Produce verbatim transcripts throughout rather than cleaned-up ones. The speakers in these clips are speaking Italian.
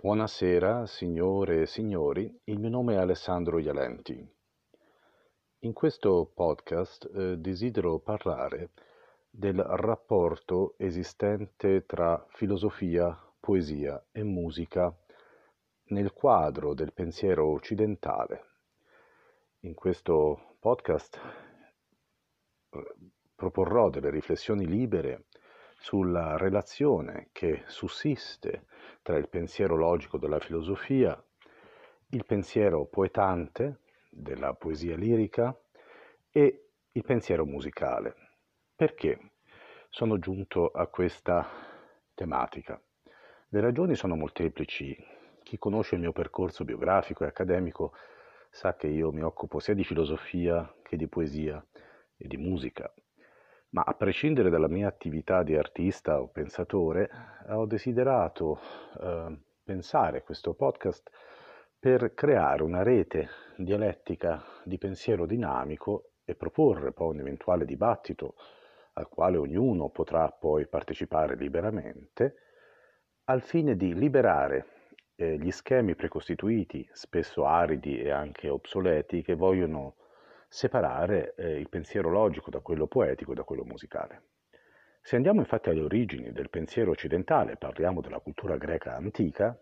Buonasera signore e signori, il mio nome è Alessandro Ialenti. In questo podcast eh, desidero parlare del rapporto esistente tra filosofia, poesia e musica nel quadro del pensiero occidentale. In questo podcast eh, proporrò delle riflessioni libere sulla relazione che sussiste tra il pensiero logico della filosofia, il pensiero poetante della poesia lirica e il pensiero musicale. Perché sono giunto a questa tematica? Le ragioni sono molteplici. Chi conosce il mio percorso biografico e accademico sa che io mi occupo sia di filosofia che di poesia e di musica. Ma a prescindere dalla mia attività di artista o pensatore, ho desiderato eh, pensare questo podcast per creare una rete dialettica di pensiero dinamico e proporre poi un eventuale dibattito al quale ognuno potrà poi partecipare liberamente, al fine di liberare eh, gli schemi precostituiti, spesso aridi e anche obsoleti, che vogliono separare eh, il pensiero logico da quello poetico e da quello musicale. Se andiamo infatti alle origini del pensiero occidentale, parliamo della cultura greca antica,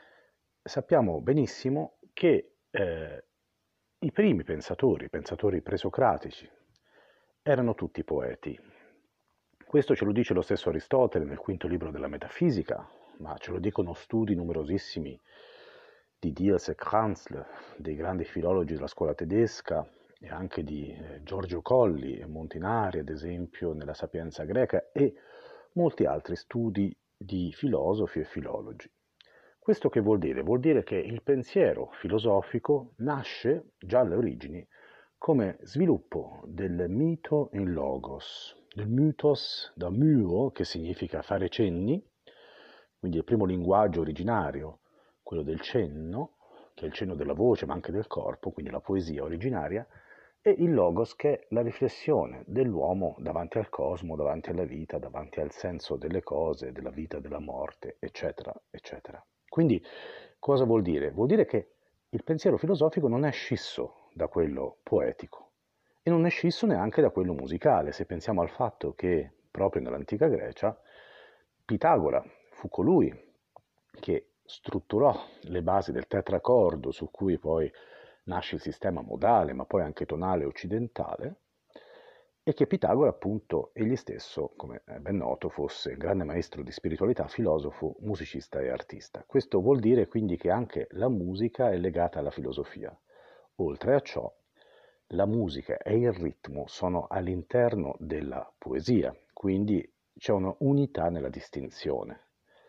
sappiamo benissimo che eh, i primi pensatori, i pensatori presocratici, erano tutti poeti. Questo ce lo dice lo stesso Aristotele nel quinto libro della Metafisica, ma ce lo dicono studi numerosissimi di Diels e Kranzl, dei grandi filologi della scuola tedesca, e anche di eh, Giorgio Colli e Montinari, ad esempio, nella Sapienza greca, e molti altri studi di filosofi e filologi. Questo che vuol dire? Vuol dire che il pensiero filosofico nasce già alle origini come sviluppo del mito in logos, del mythos da myo, che significa fare cenni, quindi il primo linguaggio originario, quello del cenno, che è il cenno della voce ma anche del corpo, quindi la poesia originaria, e il logos, che è la riflessione dell'uomo davanti al cosmo, davanti alla vita, davanti al senso delle cose, della vita, della morte, eccetera, eccetera. Quindi cosa vuol dire? Vuol dire che il pensiero filosofico non è scisso da quello poetico e non è scisso neanche da quello musicale, se pensiamo al fatto che proprio nell'antica Grecia Pitagora fu colui che strutturò le basi del tetracordo su cui poi nasce il sistema modale, ma poi anche tonale occidentale, e che Pitagora, appunto, egli stesso, come è ben noto, fosse grande maestro di spiritualità, filosofo, musicista e artista. Questo vuol dire quindi che anche la musica è legata alla filosofia. Oltre a ciò, la musica e il ritmo sono all'interno della poesia, quindi c'è una unità nella distinzione.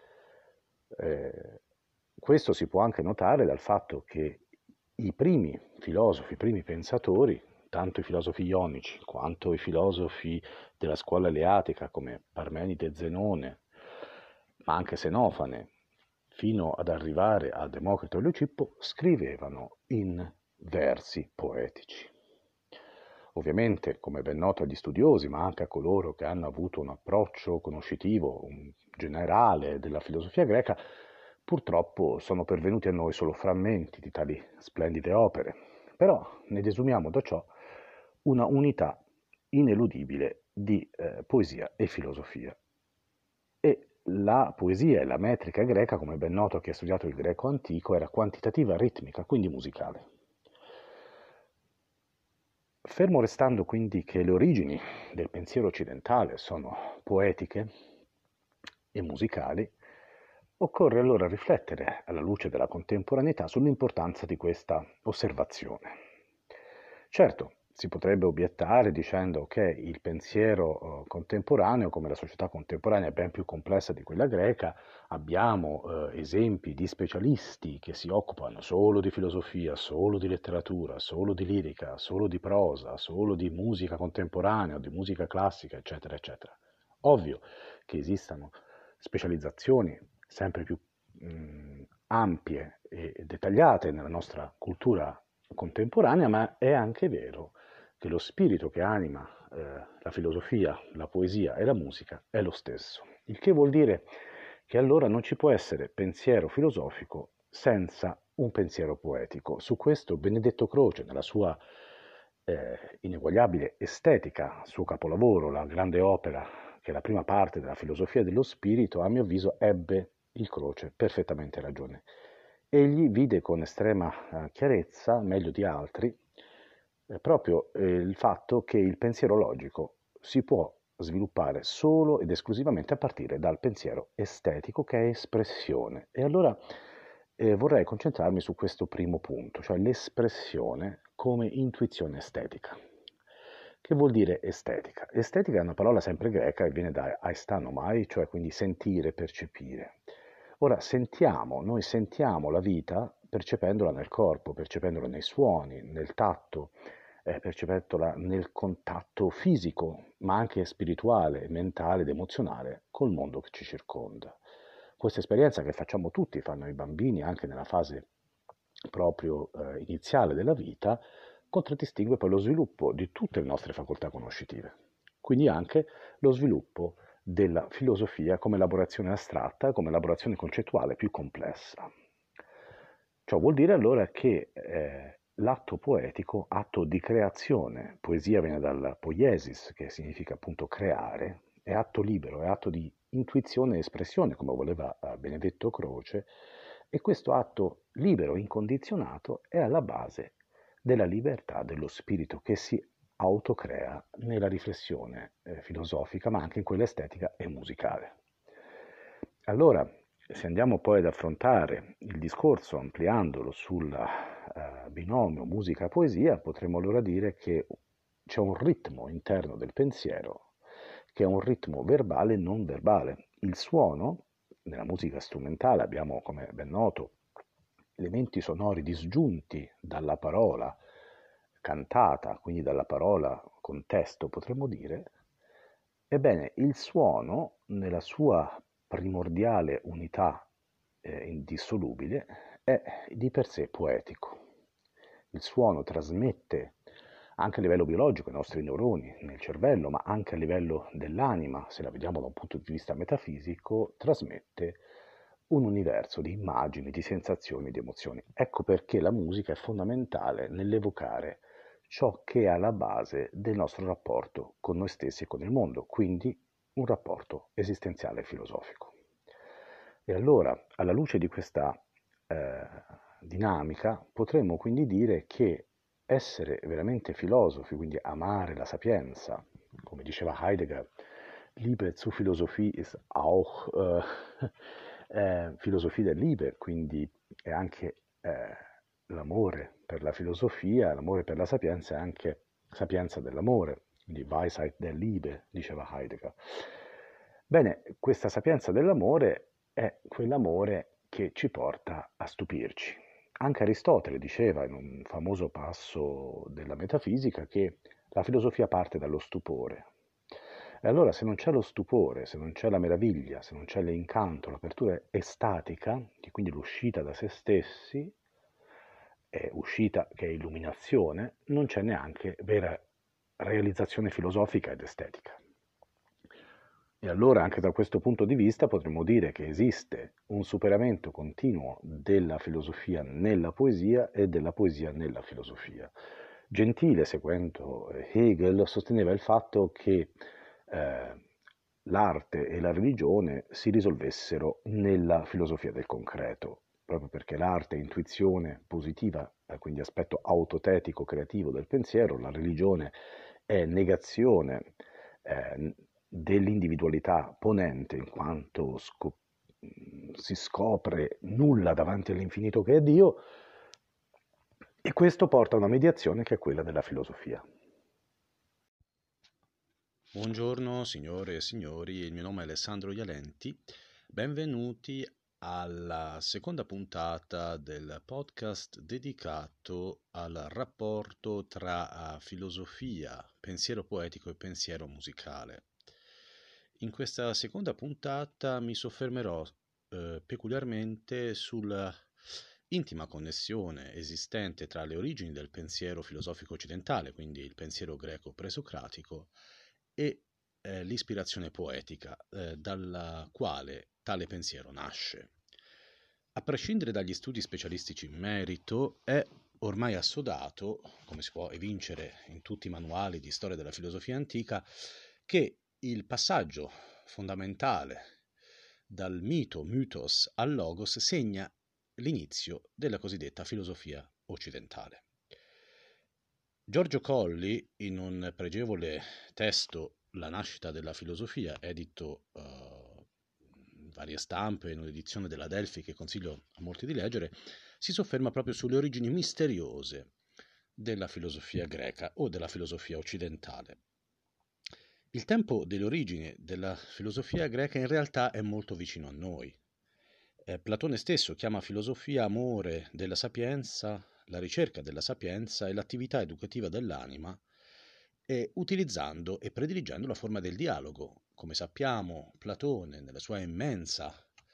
Eh, questo si può anche notare dal fatto che i primi filosofi, i primi pensatori, tanto i filosofi ionici quanto i filosofi della scuola eleatica come Parmenide e Zenone, ma anche Senofane, fino ad arrivare a Democrito e Leucippo, scrivevano in versi poetici. Ovviamente, come è ben noto agli studiosi, ma anche a coloro che hanno avuto un approccio conoscitivo un generale della filosofia greca, purtroppo sono pervenuti a noi solo frammenti di tali splendide opere, però ne desumiamo da ciò una unità ineludibile di eh, poesia e filosofia. E la poesia e la metrica greca, come è ben noto a chi ha studiato il greco antico, era quantitativa, ritmica, quindi musicale. Fermo restando quindi che le origini del pensiero occidentale sono poetiche e musicali, occorre allora riflettere, alla luce della contemporaneità, sull'importanza di questa osservazione. Certo, si potrebbe obiettare dicendo che il pensiero eh, contemporaneo, come la società contemporanea, è ben più complessa di quella greca. Abbiamo eh, esempi di specialisti che si occupano solo di filosofia, solo di letteratura, solo di lirica, solo di prosa, solo di musica contemporanea, di musica classica, eccetera, eccetera. Ovvio che esistano specializzazioni sempre più mh, ampie e dettagliate nella nostra cultura contemporanea, ma è anche vero che lo spirito che anima eh, la filosofia, la poesia e la musica è lo stesso. Il che vuol dire che allora non ci può essere pensiero filosofico senza un pensiero poetico. Su questo Benedetto Croce, nella sua eh, ineguagliabile estetica, suo capolavoro, la grande opera, che è la prima parte della filosofia dello spirito, a mio avviso ebbe il Croce perfettamente ragione. Egli vide con estrema eh, chiarezza, meglio di altri, eh, proprio eh, il fatto che il pensiero logico si può sviluppare solo ed esclusivamente a partire dal pensiero estetico, che è espressione. E allora eh, vorrei concentrarmi su questo primo punto, cioè l'espressione come intuizione estetica. Che vuol dire estetica? Estetica è una parola sempre greca e viene da aistanomai, cioè quindi sentire, percepire. Ora sentiamo, noi sentiamo la vita percependola nel corpo, percependola nei suoni, nel tatto, eh, percependola nel contatto fisico, ma anche spirituale, mentale ed emozionale col mondo che ci circonda. Questa esperienza che facciamo tutti, fanno i bambini anche nella fase proprio eh, iniziale della vita, contraddistingue poi lo sviluppo di tutte le nostre facoltà conoscitive, quindi anche lo sviluppo della filosofia come elaborazione astratta, come elaborazione concettuale più complessa. Ciò vuol dire allora che eh, l'atto poetico, atto di creazione, poesia viene dal poiesis, che significa appunto creare, è atto libero, è atto di intuizione e espressione, come voleva eh, Benedetto Croce, e questo atto libero, incondizionato, è alla base della libertà dello spirito che si autocrea nella riflessione eh, filosofica, ma anche in quella estetica e musicale. Allora, se andiamo poi ad affrontare il discorso ampliandolo sul eh, binomio musica-poesia, potremmo allora dire che c'è un ritmo interno del pensiero che è un ritmo verbale e non verbale. Il suono, nella musica strumentale abbiamo, come è ben noto, elementi sonori disgiunti dalla parola cantata, quindi dalla parola contesto, potremmo dire. Ebbene, il suono, nella sua primordiale unità eh, indissolubile, è di per sé poetico. Il suono trasmette anche a livello biologico, i nostri neuroni nel cervello, ma anche a livello dell'anima, se la vediamo da un punto di vista metafisico, trasmette un universo di immagini, di sensazioni, di emozioni. Ecco perché la musica è fondamentale nell'evocare ciò che è alla base del nostro rapporto con noi stessi e con il mondo, quindi un rapporto esistenziale e filosofico. E allora, alla luce di questa eh, dinamica, potremmo quindi dire che essere veramente filosofi, quindi amare la sapienza, come diceva Heidegger, Liebe zu Philosophie ist auch eh, eh, Philosophie der Liebe, quindi è anche eh, l'amore per la filosofia, l'amore per la sapienza è anche sapienza dell'amore, quindi Weisheit der Liebe, diceva Heidegger. Bene, questa sapienza dell'amore è quell'amore che ci porta a stupirci. Anche Aristotele diceva in un famoso passo della metafisica che la filosofia parte dallo stupore. E allora se non c'è lo stupore, se non c'è la meraviglia, se non c'è l'incanto, l'apertura estatica, che quindi l'uscita da se stessi, è uscita che è illuminazione, non c'è neanche vera realizzazione filosofica ed estetica. E allora anche da questo punto di vista potremmo dire che esiste un superamento continuo della filosofia nella poesia e della poesia nella filosofia. Gentile, seguendo Hegel, sosteneva il fatto che eh, l'arte e la religione si risolvessero nella filosofia del concreto, proprio perché l'arte è intuizione positiva, eh, quindi aspetto autotetico creativo del pensiero, la religione è negazione eh, dell'individualità ponente, in quanto scop- si scopre nulla davanti all'infinito che è Dio, e questo porta a una mediazione che è quella della filosofia. Buongiorno signore e signori, il mio nome è Alessandro Ialenti, benvenuti alla seconda puntata del podcast dedicato al rapporto tra uh, filosofia, pensiero poetico e pensiero musicale. In questa seconda puntata mi soffermerò eh, peculiarmente sulla intima connessione esistente tra le origini del pensiero filosofico occidentale, quindi il pensiero greco presocratico, e eh, l'ispirazione poetica eh, dalla quale tale pensiero nasce. A prescindere dagli studi specialistici in merito, è ormai assodato, come si può evincere in tutti i manuali di storia della filosofia antica, che il passaggio fondamentale dal mito, mythos, al logos segna l'inizio della cosiddetta filosofia occidentale. Giorgio Colli, in un pregevole testo La nascita della filosofia, edito uh, in varie stampe, in un'edizione della Delphi che consiglio a molti di leggere, si sofferma proprio sulle origini misteriose della filosofia greca o della filosofia occidentale. Il tempo delle origini della filosofia greca in realtà è molto vicino a noi. Eh, Platone stesso chiama filosofia amore della sapienza, la ricerca della sapienza e l'attività educativa dell'anima, e utilizzando e prediligendo la forma del dialogo. Come sappiamo, Platone, nella sua immensa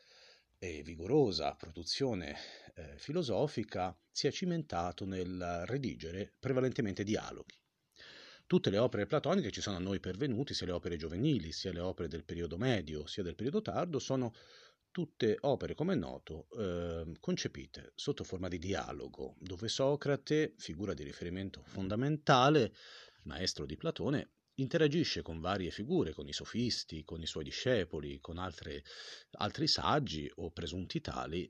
e vigorosa produzione eh, filosofica, si è cimentato nel redigere prevalentemente dialoghi. Tutte le opere platoniche ci sono a noi pervenuti, sia le opere giovanili, sia le opere del periodo medio, sia del periodo tardo, sono tutte opere, come è noto, eh, concepite sotto forma di dialogo, dove Socrate, figura di riferimento fondamentale, maestro di Platone, interagisce con varie figure, con i sofisti, con i suoi discepoli, con altre, altri saggi o presunti tali,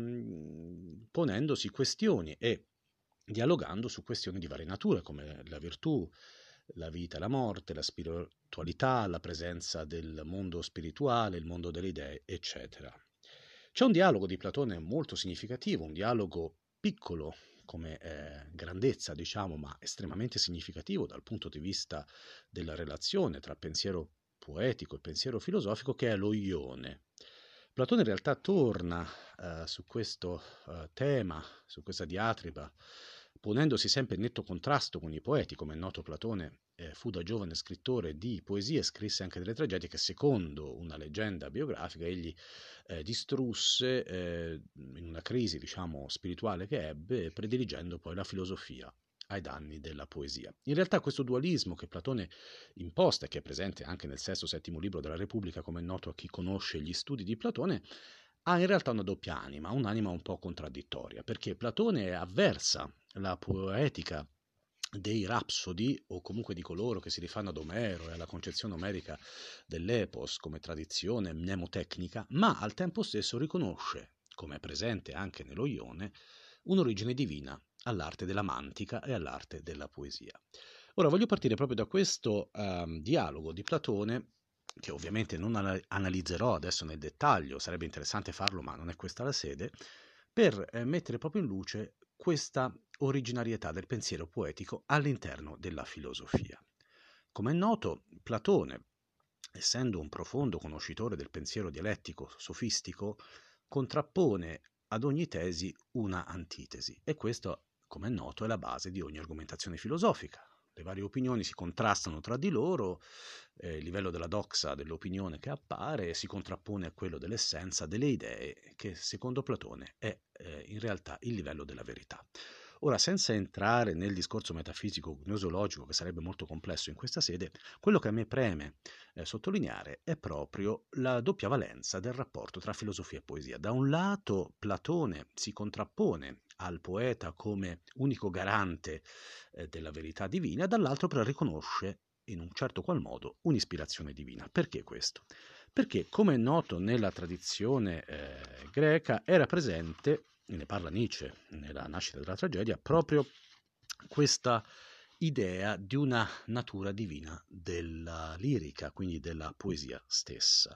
ehm, ponendosi questioni e dialogando su questioni di varia natura, come la virtù, la vita e la morte, la spiritualità, la presenza del mondo spirituale, il mondo delle idee, eccetera. C'è un dialogo di Platone molto significativo, un dialogo piccolo come eh, grandezza, diciamo, ma estremamente significativo dal punto di vista della relazione tra pensiero poetico e pensiero filosofico, che è lo Ione. Platone in realtà torna eh, su questo eh, tema, su questa diatriba, ponendosi sempre in netto contrasto con i poeti. Come è noto, Platone eh, fu da giovane scrittore di poesie, scrisse anche delle tragedie che, secondo una leggenda biografica, egli eh, distrusse eh, in una crisi, diciamo, spirituale che ebbe, prediligendo poi la filosofia ai danni della poesia. In realtà questo dualismo che Platone imposta, che è presente anche nel sesto settimo libro della Repubblica, come è noto a chi conosce gli studi di Platone, ha in realtà una doppia anima, un'anima un po' contraddittoria, perché Platone avversa la poetica dei rapsodi, o comunque di coloro che si rifanno ad Omero e alla concezione omerica dell'epos come tradizione mnemotecnica, ma al tempo stesso riconosce, come è presente anche nello Ione, un'origine divina all'arte della mantica e all'arte della poesia. Ora voglio partire proprio da questo um, dialogo di Platone, che ovviamente non analizzerò adesso nel dettaglio, sarebbe interessante farlo, ma non è questa la sede, per eh, mettere proprio in luce questa originarietà del pensiero poetico all'interno della filosofia. Come è noto, Platone, essendo un profondo conoscitore del pensiero dialettico sofistico, contrappone ad ogni tesi una antitesi, e questo, come è noto, è la base di ogni argomentazione filosofica. Le varie opinioni si contrastano tra di loro, eh, il livello della doxa dell'opinione che appare si contrappone a quello dell'essenza delle idee, che secondo Platone è eh, in realtà il livello della verità. Ora, senza entrare nel discorso metafisico gnosologico, che sarebbe molto complesso in questa sede, quello che a me preme eh, sottolineare è proprio la doppia valenza del rapporto tra filosofia e poesia. Da un lato Platone si contrappone al poeta come unico garante eh, della verità divina, dall'altro però riconosce in un certo qual modo un'ispirazione divina. Perché questo? Perché, come è noto nella tradizione eh, greca, era presente, ne parla Nietzsche nella nascita della tragedia, proprio questa idea di una natura divina della lirica, quindi della poesia stessa.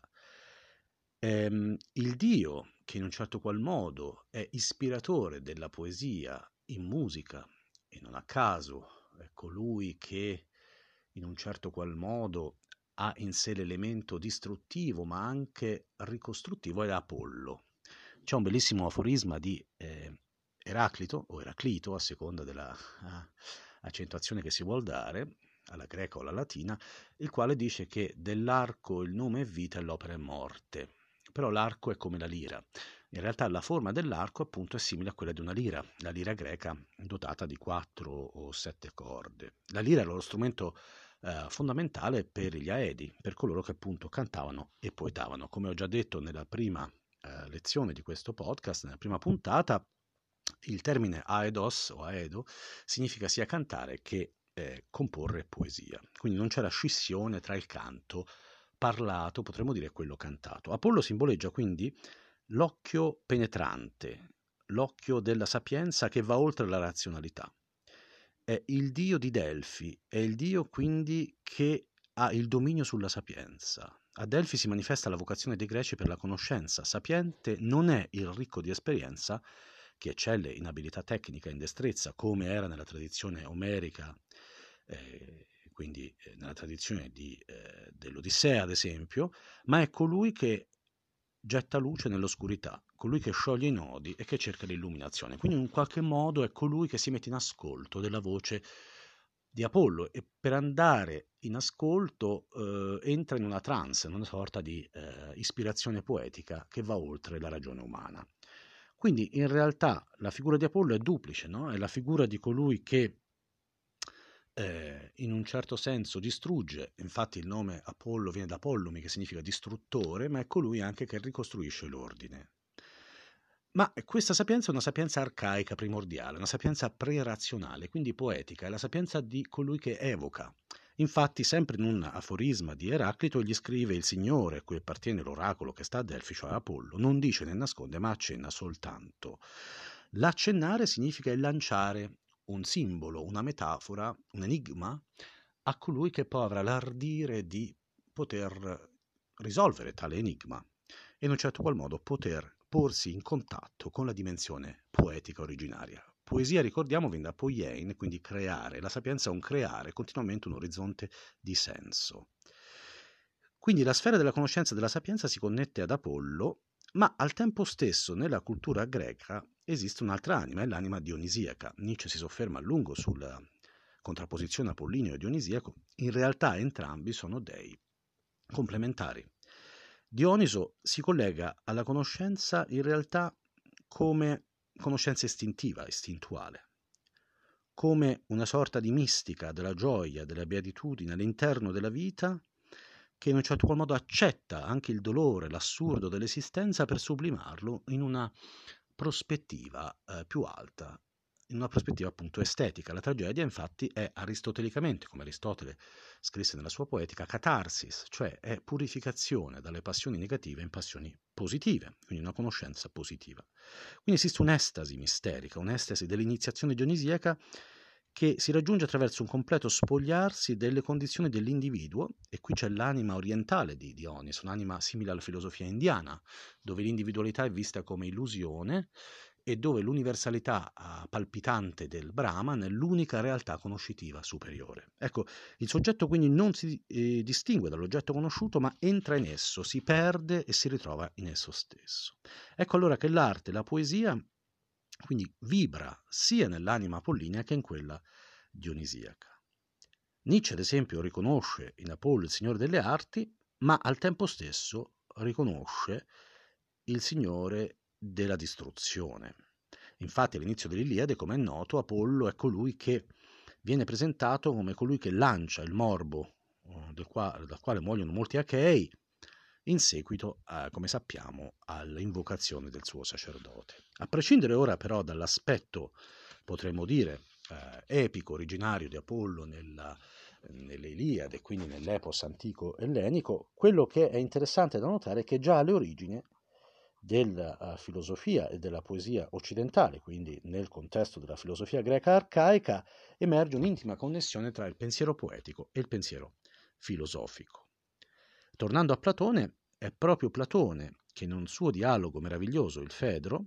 Ehm, il Dio, che in un certo qual modo è ispiratore della poesia in musica, e non a caso è colui che in un certo qual modo ha in sé l'elemento distruttivo ma anche ricostruttivo, è Apollo. C'è un bellissimo aforisma di eh, Eraclito, o Eraclito, a seconda della uh, accentuazione che si vuol dare, alla greca o alla latina, il quale dice che dell'arco il nome è vita e l'opera è morte. Però l'arco è come la lira. In realtà la forma dell'arco appunto è simile a quella di una lira, la lira greca dotata di quattro o sette corde. La lira era lo strumento eh, fondamentale per gli Aedi, per coloro che appunto cantavano e poetavano. Come ho già detto nella prima eh, lezione di questo podcast, nella prima puntata, il termine aedos o aedo significa sia cantare che eh, comporre poesia. Quindi non c'è la scissione tra il canto parlato, potremmo dire, e quello cantato. Apollo simboleggia quindi l'occhio penetrante, l'occhio della sapienza che va oltre la razionalità. È il dio di Delfi, è il dio quindi che ha il dominio sulla sapienza. A Delfi si manifesta la vocazione dei greci per la conoscenza. Sapiente non è il ricco di esperienza che eccelle in abilità tecnica e in destrezza, come era nella tradizione omerica, eh, quindi eh, nella tradizione di, eh, dell'Odissea, ad esempio, ma è colui che getta luce nell'oscurità, colui che scioglie i nodi e che cerca l'illuminazione. Quindi in qualche modo è colui che si mette in ascolto della voce di Apollo e per andare in ascolto eh, entra in una trance, in una sorta di eh, ispirazione poetica che va oltre la ragione umana. Quindi in realtà la figura di Apollo è duplice, no? È la figura di colui che eh, in un certo senso distrugge, infatti il nome Apollo viene da Apollumi che significa distruttore, ma è colui anche che ricostruisce l'ordine. Ma questa sapienza è una sapienza arcaica primordiale, una sapienza pre-razionale, quindi poetica, è la sapienza di colui che evoca. Infatti, sempre in un aforisma di Eraclito, gli scrive: il Signore, a cui appartiene l'oracolo che sta a Delfi, cioè Apollo, non dice né nasconde, ma accenna soltanto. L'accennare significa il lanciare un simbolo, una metafora, un enigma a colui che poi avrà l'ardire di poter risolvere tale enigma e in un certo qual modo poter porsi in contatto con la dimensione poetica originaria. Poesia, ricordiamo, viene da poiein, quindi creare. La sapienza è un creare continuamente un orizzonte di senso. Quindi la sfera della conoscenza della sapienza si connette ad Apollo, ma al tempo stesso nella cultura greca esiste un'altra anima, è l'anima dionisiaca. Nietzsche si sofferma a lungo sulla contrapposizione apollineo e dionisiaco. In realtà entrambi sono dei complementari. Dioniso si collega alla conoscenza in realtà come conoscenza istintiva, istintuale, come una sorta di mistica della gioia, della beatitudine all'interno della vita che in un certo qual modo accetta anche il dolore, l'assurdo dell'esistenza per sublimarlo in una prospettiva eh, più alta, in una prospettiva appunto estetica. La tragedia infatti è aristotelicamente, come Aristotele scrisse nella sua poetica, catarsis, cioè è purificazione dalle passioni negative in passioni positive, quindi una conoscenza positiva. Quindi esiste un'estasi misterica, un'estasi dell'iniziazione dionisiaca che si raggiunge attraverso un completo spogliarsi delle condizioni dell'individuo, e qui c'è l'anima orientale di Dioniso, un'anima simile alla filosofia indiana, dove l'individualità è vista come illusione e dove l'universalità palpitante del Brahman è l'unica realtà conoscitiva superiore. Ecco, il soggetto quindi non si eh, distingue dall'oggetto conosciuto, ma entra in esso, si perde e si ritrova in esso stesso. Ecco allora che l'arte, la poesia, quindi vibra sia nell'anima apollinea che in quella dionisiaca. Nietzsche, ad esempio, riconosce in Apollo il Signore delle arti, ma al tempo stesso riconosce il Signore della distruzione. Infatti all'inizio dell'Iliade, come è noto, Apollo è colui che viene presentato come colui che lancia il morbo del quale, dal quale muoiono molti achei in seguito, a, come sappiamo, all'invocazione del suo sacerdote. A prescindere ora però dall'aspetto, potremmo dire, eh, epico, originario di Apollo nella, nelle Iliade, quindi nell'epos antico ellenico, quello che è interessante da notare è che già alle origini della uh, filosofia e della poesia occidentale, quindi nel contesto della filosofia greca arcaica, emerge un'intima connessione tra il pensiero poetico e il pensiero filosofico. Tornando a Platone, è proprio Platone che in un suo dialogo meraviglioso, il Fedro,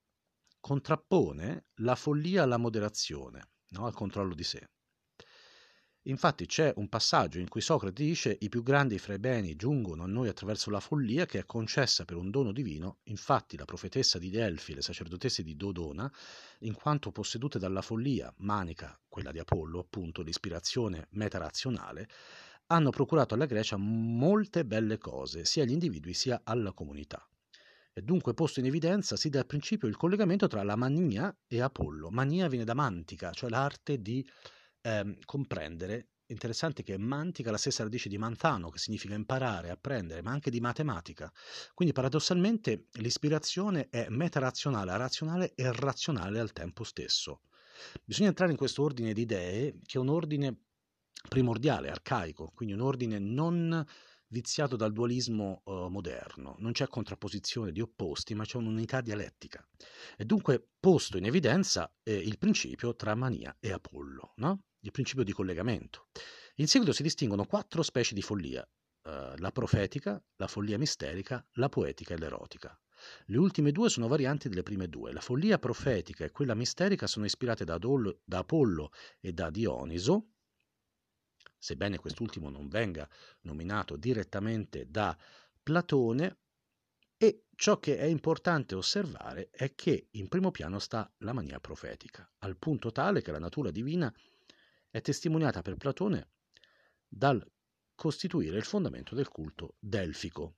contrappone la follia alla moderazione, no? Al controllo di sé. Infatti c'è un passaggio in cui Socrate dice: i più grandi fra i beni giungono a noi attraverso la follia che è concessa per un dono divino. Infatti la profetessa di Delfi e le sacerdotesse di Dodona, in quanto possedute dalla follia, manica, quella di Apollo, appunto l'ispirazione metarazionale, hanno procurato alla Grecia molte belle cose, sia agli individui sia alla comunità. È dunque posto in evidenza sin dal principio il collegamento tra la mania e Apollo. Mania viene da mantica, cioè l'arte di ehm, comprendere interessante che mantica la stessa radice di manthano, che significa imparare, apprendere, ma anche di matematica. Quindi paradossalmente l'ispirazione è metarazionale, razionale e razionale al tempo stesso. Bisogna entrare in questo ordine di idee, che è un ordine primordiale, arcaico, quindi un ordine non viziato dal dualismo uh, moderno. Non c'è contrapposizione di opposti, ma c'è un'unità dialettica. E dunque posto in evidenza eh, il principio tra Mania e Apollo, no? Il principio di collegamento. In seguito si distinguono quattro specie di follia, uh, la profetica, la follia misterica, la poetica e l'erotica. Le ultime due sono varianti delle prime due. La follia profetica e quella misterica sono ispirate da, Adollo, da Apollo e da Dioniso, sebbene quest'ultimo non venga nominato direttamente da Platone, e ciò che è importante osservare è che in primo piano sta la mania profetica, al punto tale che la natura divina è testimoniata per Platone dal costituire il fondamento del culto delfico.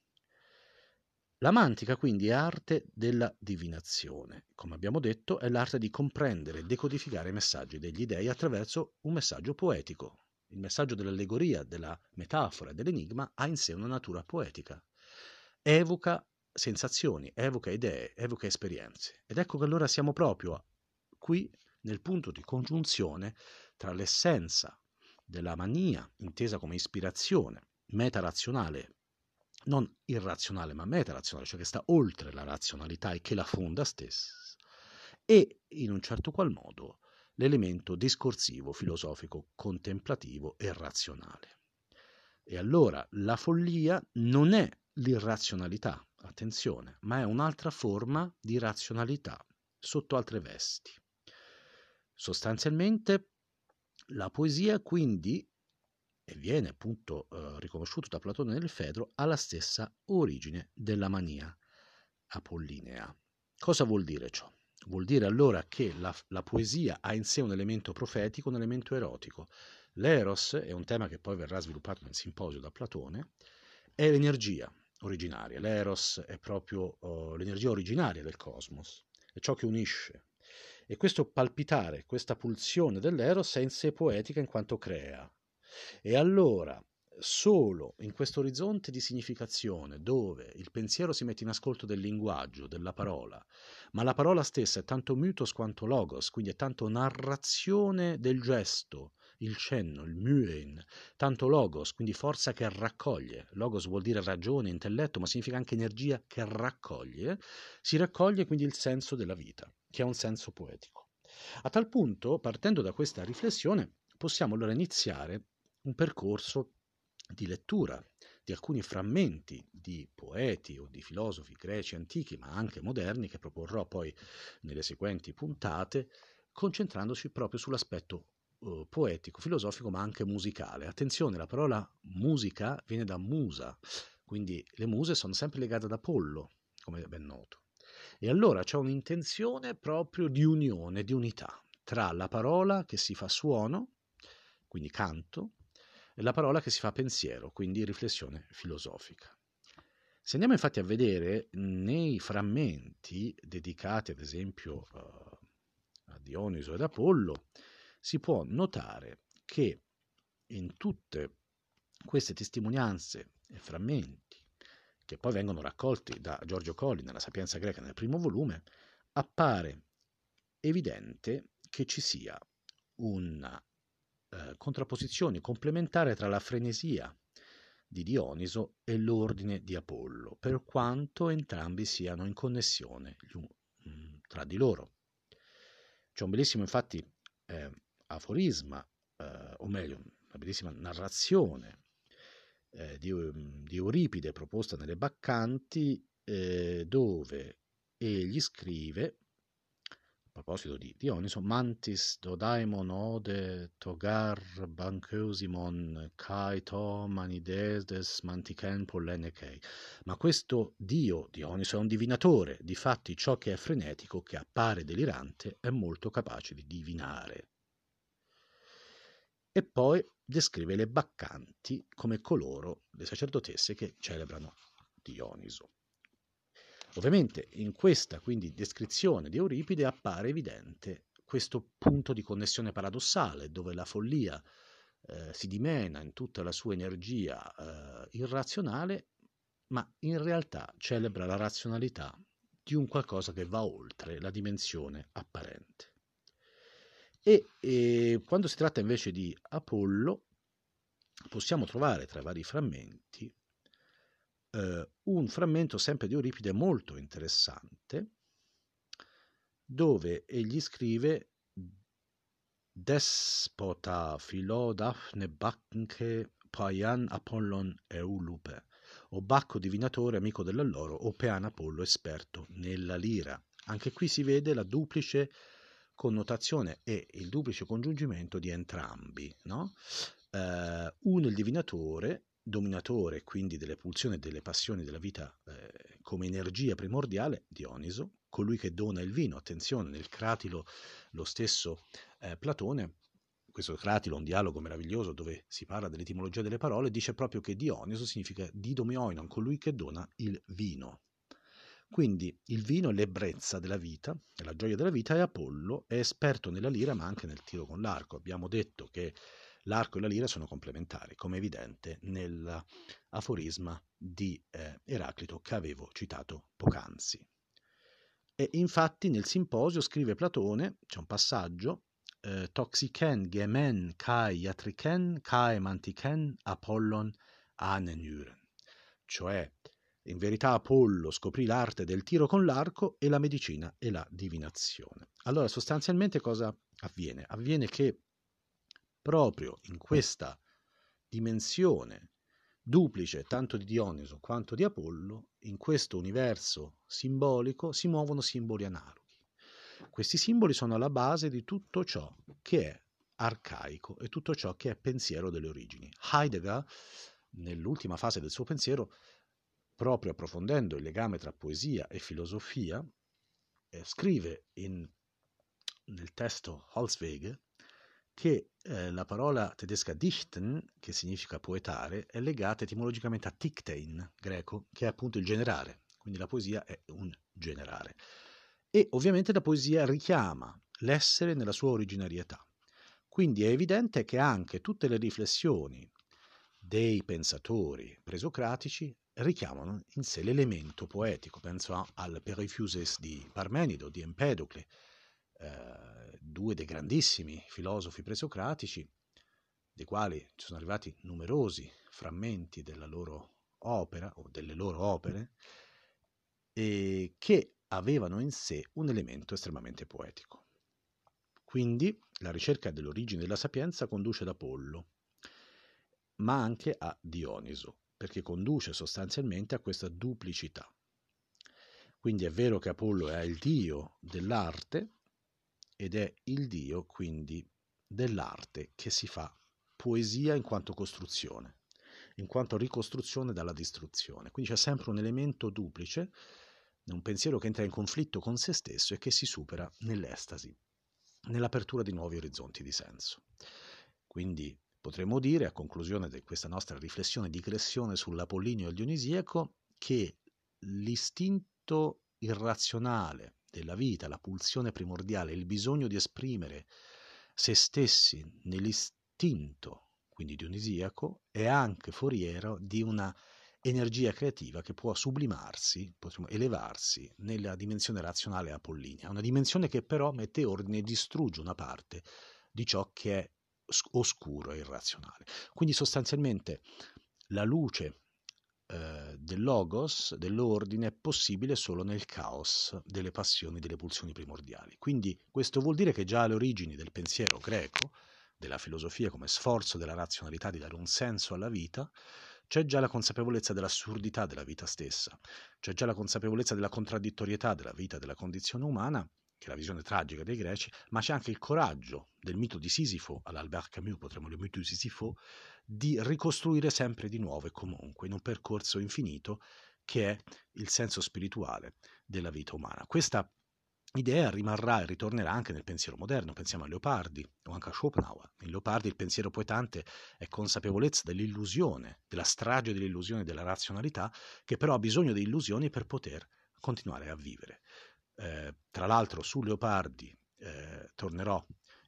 La mantica quindi è arte della divinazione. Come abbiamo detto, è l'arte di comprendere e decodificare i messaggi degli dei attraverso un messaggio poetico. Il messaggio dell'allegoria, della metafora e dell'enigma ha in sé una natura poetica. Evoca sensazioni, evoca idee, evoca esperienze. Ed ecco che allora siamo proprio qui nel punto di congiunzione tra l'essenza della mania, intesa come ispirazione metarazionale, non irrazionale ma metarazionale, cioè che sta oltre la razionalità e che la fonda stessa, e in un certo qual modo l'elemento discorsivo, filosofico, contemplativo e razionale. E allora la follia non è l'irrazionalità, attenzione, ma è un'altra forma di razionalità sotto altre vesti. Sostanzialmente la poesia quindi, e viene appunto eh, riconosciuto da Platone nel Fedro, ha la stessa origine della mania apollinea. Cosa vuol dire ciò? Vuol dire allora che la, la poesia ha in sé un elemento profetico, un elemento erotico. L'eros, è un tema che poi verrà sviluppato nel simposio da Platone, è l'energia originaria. L'eros è proprio uh, l'energia originaria del cosmos, è ciò che unisce. E questo palpitare, questa pulsione dell'eros è in sé poetica in quanto crea. E allora, solo in questo orizzonte di significazione, dove il pensiero si mette in ascolto del linguaggio, della parola, ma la parola stessa è tanto mythos quanto logos, quindi è tanto narrazione del gesto, il cenno, il myen, tanto logos, quindi forza che raccoglie. Logos vuol dire ragione, intelletto, ma significa anche energia che raccoglie. Si raccoglie quindi il senso della vita, che è un senso poetico. A tal punto, partendo da questa riflessione, possiamo allora iniziare un percorso di lettura di alcuni frammenti di poeti o di filosofi greci antichi, ma anche moderni, che proporrò poi nelle seguenti puntate, concentrandosi proprio sull'aspetto uh, poetico, filosofico, ma anche musicale. Attenzione, la parola musica viene da musa, quindi le muse sono sempre legate ad Apollo, come è ben noto. E allora c'è un'intenzione proprio di unione, di unità, tra la parola che si fa suono, quindi canto, e la parola che si fa pensiero, quindi riflessione filosofica. Se andiamo infatti a vedere nei frammenti dedicati ad esempio uh, a Dioniso ed Apollo, si può notare che in tutte queste testimonianze e frammenti, che poi vengono raccolti da Giorgio Colli nella Sapienza greca nel primo volume, appare evidente che ci sia una eh, contrapposizione complementare tra la frenesia di Dioniso e l'ordine di Apollo, per quanto entrambi siano in connessione tra di loro. C'è un bellissimo infatti eh, aforisma, eh, o meglio, una bellissima narrazione eh, di, di Euripide proposta nelle Baccanti, eh, dove egli scrive, a proposito di Dioniso, mantis dodaimon ode togar bancosimon kai to manides mantichen pollenekei. Ma questo dio Dioniso è un divinatore, difatti ciò che è frenetico, che appare delirante, è molto capace di divinare. E poi descrive le Baccanti come coloro, le sacerdotesse, che celebrano Dioniso. Ovviamente in questa quindi descrizione di Euripide appare evidente questo punto di connessione paradossale, dove la follia eh, si dimena in tutta la sua energia eh, irrazionale, ma in realtà celebra la razionalità di un qualcosa che va oltre la dimensione apparente. E, e quando si tratta invece di Apollo, possiamo trovare tra i vari frammenti eh, un frammento sempre di Euripide molto interessante, dove egli scrive: Despota Philo Daphne Bacche Paian Apollon Eulupe, o Bacco divinatore amico dell'alloro, o Pean Apollo esperto nella lira. Anche qui si vede la duplice connotazione e il duplice congiungimento di entrambi, no? Uh, uno il divinatore, dominatore quindi delle pulsioni e delle passioni della vita eh, come energia primordiale, Dioniso, colui che dona il vino. Attenzione, nel Cratilo lo stesso eh, Platone, questo Cratilo è un dialogo meraviglioso dove si parla dell'etimologia delle parole, dice proprio che Dioniso significa didomioinon, colui che dona il vino. Quindi il vino è l'ebbrezza della vita, è la gioia della vita, e Apollo è esperto nella lira ma anche nel tiro con l'arco. Abbiamo detto che l'arco e la lira sono complementari, come evidente nell'aforisma di eh, Eraclito che avevo citato poc'anzi. E infatti nel Simposio scrive Platone, c'è un passaggio, eh, toxiken gemen kai iatriken kai mantiken Apollon anenuren, cioè in verità Apollo scoprì l'arte del tiro con l'arco e la medicina e la divinazione. Allora sostanzialmente cosa avviene? Avviene che proprio in questa dimensione duplice tanto di Dioniso quanto di Apollo, in questo universo simbolico si muovono simboli analoghi. Questi simboli sono alla base di tutto ciò che è arcaico e tutto ciò che è pensiero delle origini. Heidegger, nell'ultima fase del suo pensiero, proprio approfondendo il legame tra poesia e filosofia, eh, scrive in, nel testo Holzwege che eh, la parola tedesca dichten, che significa poetare, è legata etimologicamente a tiktein, greco, che è appunto il generare. Quindi la poesia è un generare. E ovviamente la poesia richiama l'essere nella sua originarietà. Quindi è evidente che anche tutte le riflessioni dei pensatori presocratici richiamano in sé l'elemento poetico. Penso al Perifuses di Parmenido, di Empedocle, eh, due dei grandissimi filosofi presocratici, dei quali ci sono arrivati numerosi frammenti della loro opera o delle loro opere, e che avevano in sé un elemento estremamente poetico. Quindi la ricerca dell'origine della sapienza conduce ad Apollo, ma anche a Dioniso, perché conduce sostanzialmente a questa duplicità. Quindi è vero che Apollo è il dio dell'arte ed è il dio quindi dell'arte che si fa poesia in quanto costruzione, in quanto ricostruzione dalla distruzione. Quindi c'è sempre un elemento duplice, un pensiero che entra in conflitto con se stesso e che si supera nell'estasi, nell'apertura di nuovi orizzonti di senso. Quindi potremmo dire, a conclusione di questa nostra riflessione di digressione sull'Apollinio e il Dionisiaco, che l'istinto irrazionale della vita, la pulsione primordiale, il bisogno di esprimere se stessi nell'istinto, quindi dionisiaco, è anche foriero di una energia creativa che può sublimarsi, potremmo elevarsi nella dimensione razionale apollinea, una dimensione che però mette ordine e distrugge una parte di ciò che è oscuro e irrazionale. Quindi sostanzialmente la luce eh, del logos, dell'ordine, è possibile solo nel caos delle passioni, delle pulsioni primordiali. Quindi questo vuol dire che già alle origini del pensiero greco, della filosofia come sforzo della razionalità di dare un senso alla vita, c'è già la consapevolezza dell'assurdità della vita stessa, c'è già la consapevolezza della contraddittorietà della vita, della condizione umana, che è la visione tragica dei greci, ma c'è anche il coraggio del mito di Sisifo, all'Albert Camus potremmo dire mito di Sisifo, di ricostruire sempre di nuovo e comunque in un percorso infinito che è il senso spirituale della vita umana. Questa idea rimarrà e ritornerà anche nel pensiero moderno. Pensiamo a Leopardi o anche a Schopenhauer. In Leopardi il pensiero poetante è consapevolezza dell'illusione, della strage dell'illusione della razionalità, che però ha bisogno di illusioni per poter continuare a vivere. Eh, tra l'altro su Leopardi eh, tornerò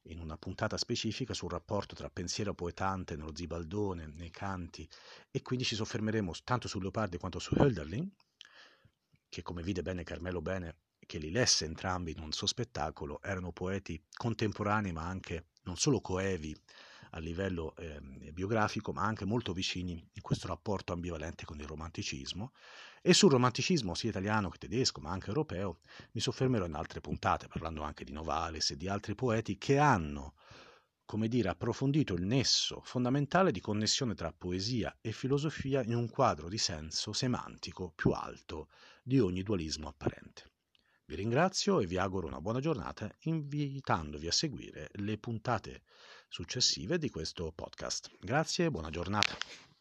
in una puntata specifica sul rapporto tra pensiero poetante nello Zibaldone, nei canti, e quindi ci soffermeremo tanto su Leopardi quanto su Hölderlin, che come vide bene Carmelo Bene, che li lesse entrambi in un suo spettacolo, erano poeti contemporanei ma anche non solo coevi a livello eh, biografico, ma anche molto vicini in questo rapporto ambivalente con il romanticismo. E sul romanticismo sia italiano che tedesco, ma anche europeo, mi soffermerò in altre puntate, parlando anche di Novalis e di altri poeti che hanno, come dire, approfondito il nesso fondamentale di connessione tra poesia e filosofia in un quadro di senso semantico più alto di ogni dualismo apparente. Vi ringrazio e vi auguro una buona giornata, invitandovi a seguire le puntate successive di questo podcast. Grazie e buona giornata.